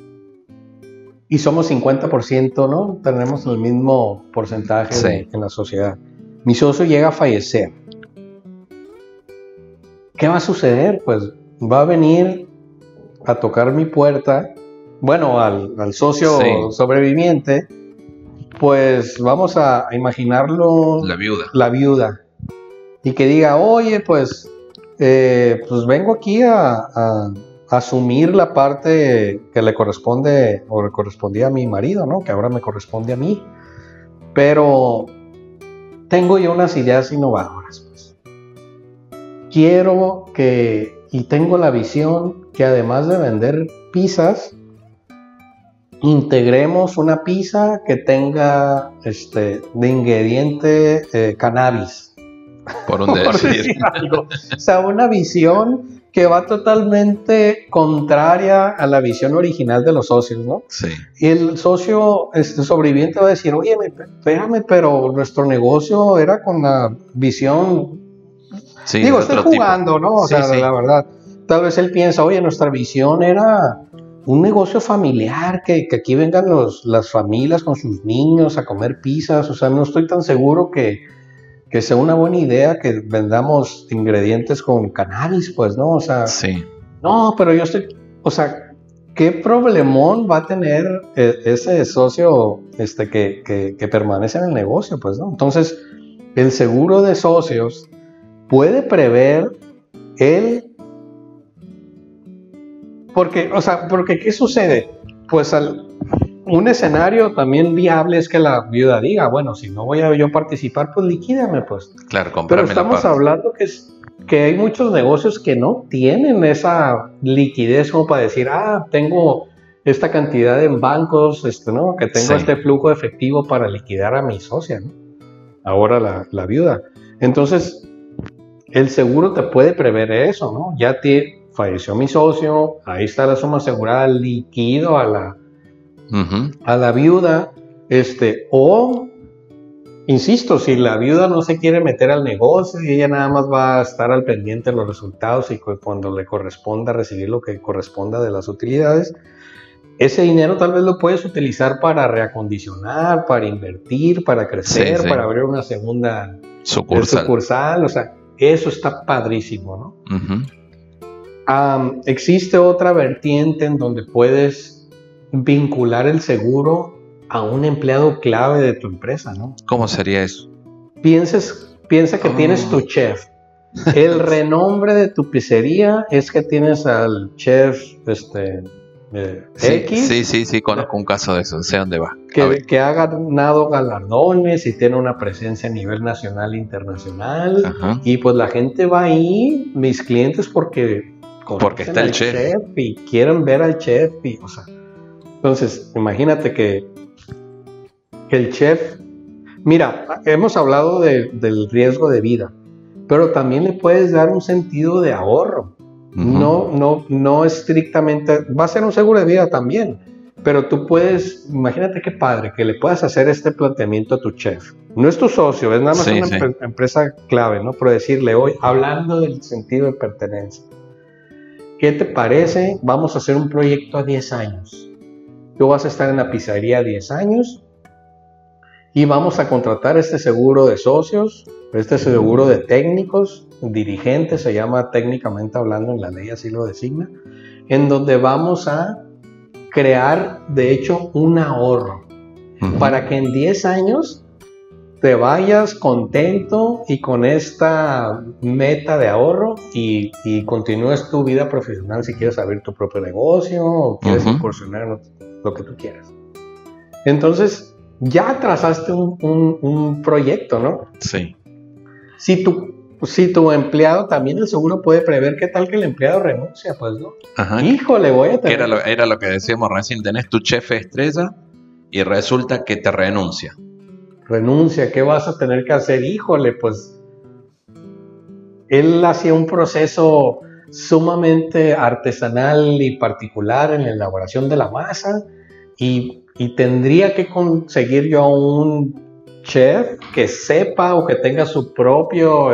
y somos 50%, ¿no? Tenemos el mismo porcentaje en la sociedad. Mi socio llega a fallecer. ¿Qué va a suceder? Pues va a venir a tocar mi puerta, bueno, al socio sobreviviente, pues vamos a imaginarlo la viuda, y que diga, oye, pues vengo aquí a asumir la parte que le corresponde o le correspondía a mi marido, ¿no? Que ahora me corresponde a mí, pero tengo yo unas ideas innovadoras, pues. Quiero y tengo la visión que además de vender pizzas, integremos una pizza que tenga de ingrediente cannabis, por un por decir algo. O sea, una visión que va totalmente contraria a la visión original de los socios, ¿no? Sí. Y el socio sobreviviente va a decir, oye, espérame, pero nuestro negocio era con la visión... Sí, digo, estoy jugando, tipo. ¿No? O sea, la verdad, tal vez él piensa, oye, nuestra visión era un negocio familiar, que aquí vengan las familias con sus niños a comer pizzas. O sea, no estoy tan seguro que sea una buena idea que vendamos ingredientes con cannabis, pues, ¿no? O sea, sí. No, pero yo estoy, o sea, ¿qué problemón va a tener ese socio que permanece en el negocio, pues, ¿no? Entonces, el seguro de socios puede prever porque ¿qué sucede? Pues un escenario también viable es que la viuda diga, bueno, si no voy a yo participar, pues liquídame, pues. Claro, comprarme. Pero estamos hablando que hay muchos negocios que no tienen esa liquidez como para decir, tengo esta cantidad en bancos, ¿no? Que tengo este flujo de efectivo para liquidar a mi socia, ¿no? Ahora la viuda. Entonces, el seguro te puede prever eso, ¿no? Ya falleció mi socio, ahí está la suma asegurada, liquido a la viuda, o, insisto, si la viuda no se quiere meter al negocio y ella nada más va a estar al pendiente de los resultados y cuando le corresponda recibir lo que corresponda de las utilidades, ese dinero tal vez lo puedes utilizar para reacondicionar, para invertir, para crecer, para abrir una segunda sucursal, o sea, eso está padrísimo, ¿no? Existe otra vertiente en donde puedes vincular el seguro a un empleado clave de tu empresa, ¿no? ¿Cómo sería eso? Piensa que tienes tu chef. El renombre de tu pizzería es que tienes al chef X. Sí, conozco un caso de eso, sé dónde va. Que ha ganado galardones y tiene una presencia a nivel nacional e internacional. Ajá. Y pues la gente va ahí, mis clientes, porque está el chef y quieren ver al chef. O sea, entonces, imagínate que el chef... Mira, hemos hablado del riesgo de vida, pero también le puedes dar un sentido de ahorro. No estrictamente, va a ser un seguro de vida también, pero tú puedes, imagínate qué padre que le puedas hacer este planteamiento a tu chef. No es tu socio, es nada más una empresa clave, ¿no? Pero decirle hoy, hablando del sentido de pertenencia, ¿qué te parece? Vamos a hacer un proyecto a 10 años. Tú vas a estar en la pizzería 10 años y vamos a contratar este seguro de socios, este seguro de técnicos, dirigentes, se llama técnicamente hablando, en la ley así lo designa, en donde vamos a crear, de hecho, un ahorro para que en 10 años te vayas contento y con esta meta de ahorro y continúes tu vida profesional si quieres abrir tu propio negocio o quieres incursionar en lo que tú quieras. Entonces, ya trazaste un proyecto, ¿no? Sí. Si tu empleado, también el seguro puede prever qué tal que el empleado renuncia, pues, ¿no? Ajá. Híjole, voy a tener... Era lo que decíamos recién, tenés tu chef estrella y resulta que te renuncia. ¿Qué vas a tener que hacer? Híjole, pues, él hacía un proceso sumamente artesanal y particular en la elaboración de la masa y tendría que conseguir yo a un chef que sepa o que tenga su propio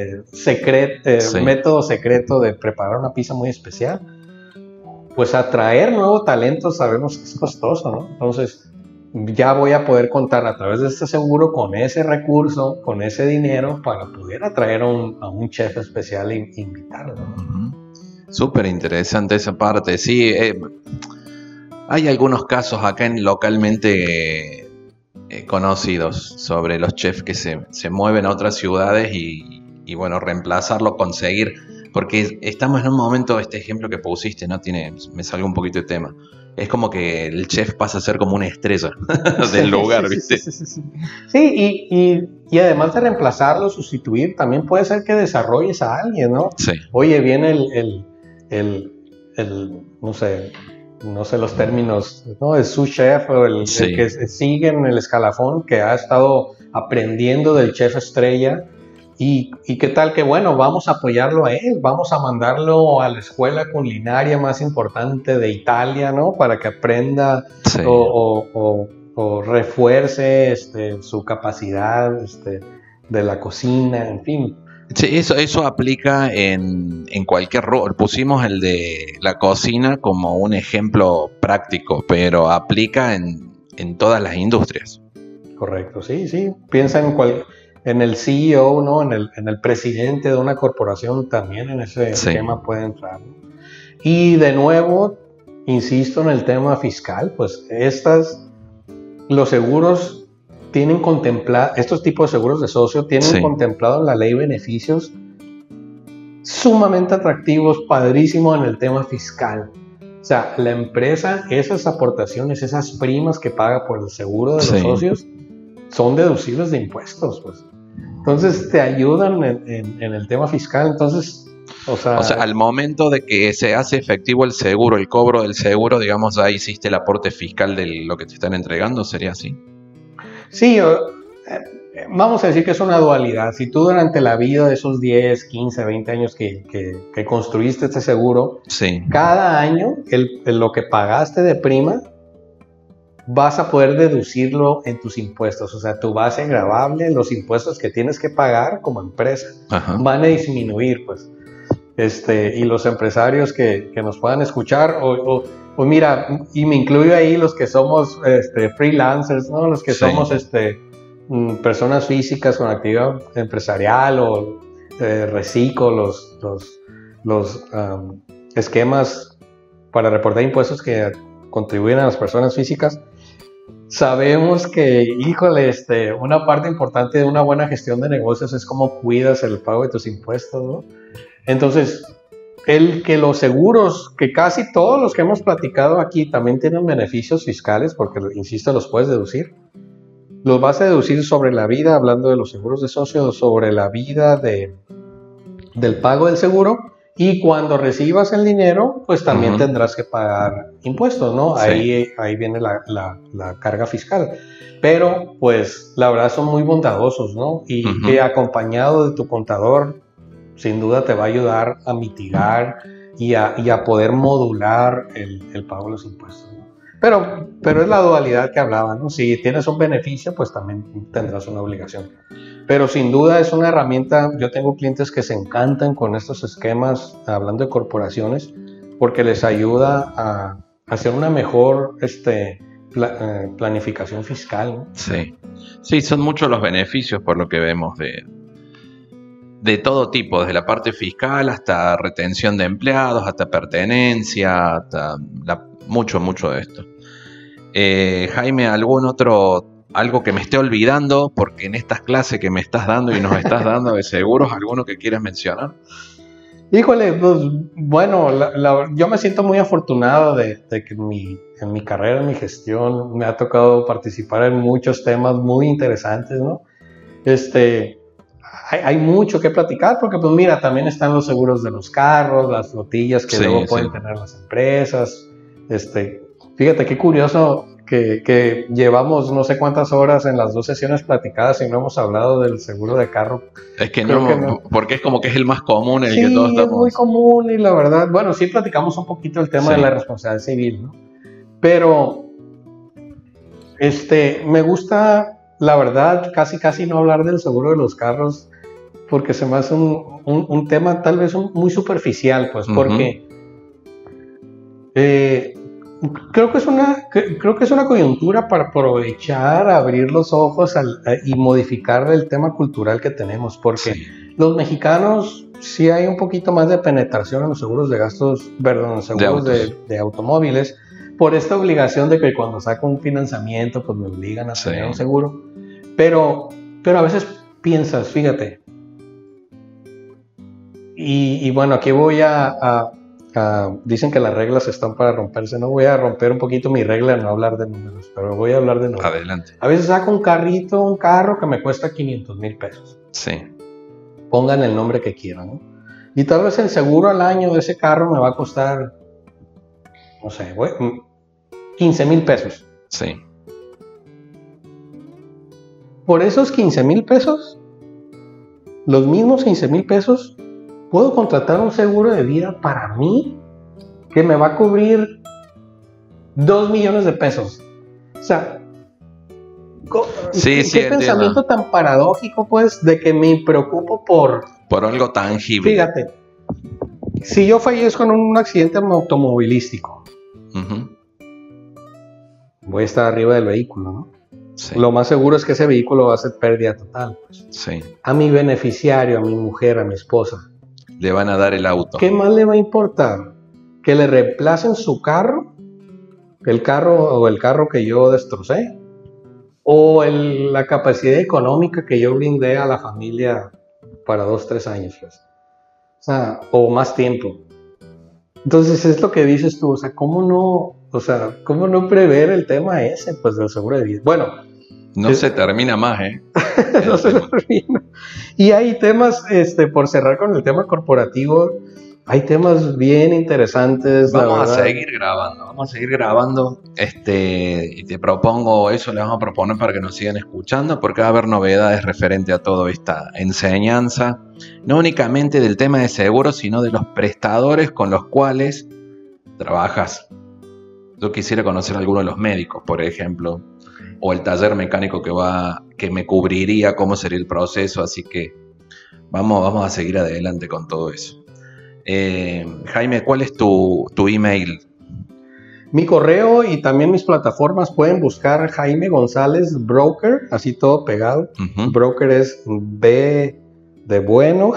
método secreto de preparar una pizza muy especial. Pues atraer nuevo talento sabemos que es costoso, ¿no? Entonces ya voy a poder contar a través de este seguro con ese recurso, con ese dinero para poder atraer a un chef especial e invitarlo, ¿no? Súper interesante esa parte, sí. Hay algunos casos acá localmente conocidos sobre los chefs que se mueven a otras ciudades y bueno, reemplazarlo, conseguir, porque estamos en un momento, este ejemplo que pusiste, ¿no? Me salió un poquito de tema. Es como que el chef pasa a ser como una estrella del lugar, ¿viste? Sí, y además de reemplazarlo, sustituir, también puede ser que desarrolles a alguien, ¿no? Sí. Oye, viene el no sé los términos, ¿no? El sous chef o el que sigue en el escalafón, que ha estado aprendiendo del chef estrella y qué tal que, bueno, vamos a apoyarlo a él, vamos a mandarlo a la escuela culinaria más importante de Italia, ¿no? Para que aprenda Sí. o refuerce su capacidad de la cocina, en fin. Sí, eso aplica en cualquier rol. Pusimos el de la cocina como un ejemplo práctico, pero aplica en todas las industrias. Correcto, sí, sí. Piensa en el CEO, ¿no? En el presidente de una corporación, también en ese esquema puede entrar, ¿no? Y de nuevo, insisto en el tema fiscal, pues los seguros tienen contemplado, estos tipos de seguros de socio tienen contemplado en la ley beneficios sumamente atractivos, padrísimos en el tema fiscal. O sea, la empresa, esas aportaciones, esas primas que paga por el seguro de los socios, son deducibles de impuestos, pues. Entonces te ayudan en el tema fiscal. Entonces, o sea, al momento de que se hace efectivo el seguro, el cobro del seguro, digamos, ya hiciste el aporte fiscal de lo que te están entregando, ¿sería así? Sí, vamos a decir que es una dualidad. Si tú durante la vida de esos 10, 15, 20 años que construiste este seguro, cada año lo que pagaste de prima, vas a poder deducirlo en tus impuestos. O sea, tu base gravable, los impuestos que tienes que pagar como empresa, van a disminuir, pues. Y los empresarios que nos puedan escuchar, o mira, y me incluyo ahí los que somos freelancers, ¿no? Los que somos personas físicas con actividad empresarial o reciclo, los esquemas para reportar impuestos que contribuyen a las personas físicas. Sabemos que, híjole, una parte importante de una buena gestión de negocios es cómo cuidas el pago de tus impuestos, ¿no? Entonces, que los seguros, que casi todos los que hemos platicado aquí también tienen beneficios fiscales, porque, insisto, los puedes deducir. Los vas a deducir sobre la vida, hablando de los seguros de socios, sobre la vida del pago del seguro. Y cuando recibas el dinero, pues también tendrás que pagar impuestos, ¿no? Sí. Ahí viene la carga fiscal. Pero, pues, la verdad son muy bondadosos, ¿no? Y que acompañado de tu contador, sin duda te va a ayudar a mitigar y a poder modular el pago de los impuestos, ¿no? Pero es la dualidad que hablaba, ¿no? Si tienes un beneficio, pues también tendrás una obligación. Pero sin duda es una herramienta. Yo tengo clientes que se encantan con estos esquemas, hablando de corporaciones, porque les ayuda a hacer una mejor planificación fiscal, ¿no? Sí, son muchos los beneficios por lo que vemos de todo tipo, desde la parte fiscal hasta retención de empleados, hasta pertenencia, hasta mucho de esto. Jaime, algo que me esté olvidando, porque en estas clases que me estás dando y nos estás dando de seguros, ¿alguno que quieras mencionar? Híjole, pues bueno, yo me siento muy afortunado de que en mi carrera, en mi gestión, me ha tocado participar en muchos temas muy interesantes, ¿no? Hay mucho que platicar, porque pues mira, también están los seguros de los carros, las flotillas que luego pueden tener las empresas. Fíjate qué curioso que llevamos no sé cuántas horas en las 2 sesiones platicadas y no hemos hablado del seguro de carro. Es que no, porque es como que es el más común, el que todos estamos. Sí, es muy común y la verdad, bueno, sí platicamos un poquito el tema de la responsabilidad civil, ¿no? Pero, me gusta, la verdad, casi no hablar del seguro de los carros, porque se me hace un tema tal vez muy superficial, pues, porque creo que es una coyuntura para aprovechar, abrir los ojos y modificar el tema cultural que tenemos, porque los mexicanos sí hay un poquito más de penetración en los seguros de gastos, perdón, seguros de automóviles, por esta obligación de que cuando saco un financiamiento, pues me obligan a tener un seguro, pero a veces piensas, fíjate, y bueno, aquí voy dicen que las reglas están para romperse. No voy a romper un poquito mi regla de no hablar de números, pero voy a hablar de números. Adelante. A veces saco un carro que me cuesta 500,000 pesos. Sí. Pongan el nombre que quieran, ¿no? Y tal vez el seguro al año de ese carro me va a costar, no sé, 15,000 pesos. Sí. Por esos 15,000 pesos, los mismos 15,000 pesos, puedo contratar un seguro de vida para mí que me va a cubrir 2 millones de pesos. O sea, sí, ¿qué pensamiento tan paradójico, pues, de que me preocupo por algo tangible? Fíjate, si yo fallezco en un accidente automovilístico, voy a estar arriba del vehículo, ¿no? Sí. Lo más seguro es que ese vehículo va a ser pérdida total, pues. Sí. A mi beneficiario, a mi mujer, a mi esposa, le van a dar el auto. ¿Qué más le va a importar? ¿Que le reemplacen su carro? ¿El carro que yo destrocé? ¿O la capacidad económica que yo brindé a la familia para 2-3 años? Pues? O sea, o más tiempo. Entonces es lo que dices tú, ¿cómo no prever el tema ese, pues, del seguro de vida? Bueno, no se termina más, ¿eh? No se termina. Y hay temas, por cerrar con el tema corporativo, hay temas bien interesantes. Vamos a seguir grabando. Y te propongo eso, les vamos a proponer para que nos sigan escuchando, porque va a haber novedades referente a toda esta enseñanza, no únicamente del tema de seguros, sino de los prestadores con los cuales trabajas. Yo quisiera conocer a alguno de los médicos, por ejemplo, o el taller mecánico que me cubriría cómo sería el proceso, así que vamos a seguir adelante con todo eso. Jaime, ¿cuál es tu email? Mi correo y también mis plataformas pueden buscar Jaime González Broker, así todo pegado. Broker es B de bueno,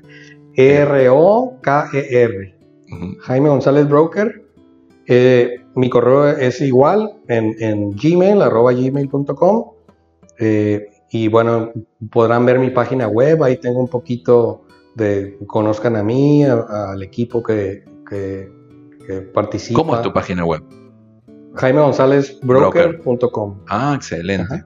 R-O-K-E-R. Jaime González Broker. Mi correo es igual en Gmail, @gmail.com. Y bueno, podrán ver mi página web, ahí tengo un poquito conozcan a mí, al equipo que participa. ¿Cómo es tu página web? JaimeGonzalezBroker.com. Ah, excelente.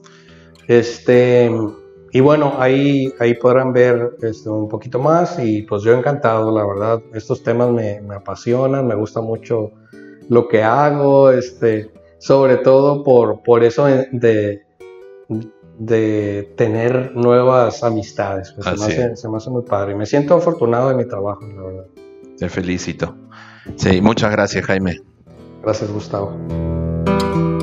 Y bueno, ahí podrán ver un poquito más y pues yo encantado, la verdad, estos temas me apasionan, me gusta mucho lo que hago, sobre todo por eso de tener nuevas amistades, pues se me hace muy padre y me siento afortunado de mi trabajo, la verdad. Te felicito. Sí, muchas gracias, Jaime. Gracias, Gustavo.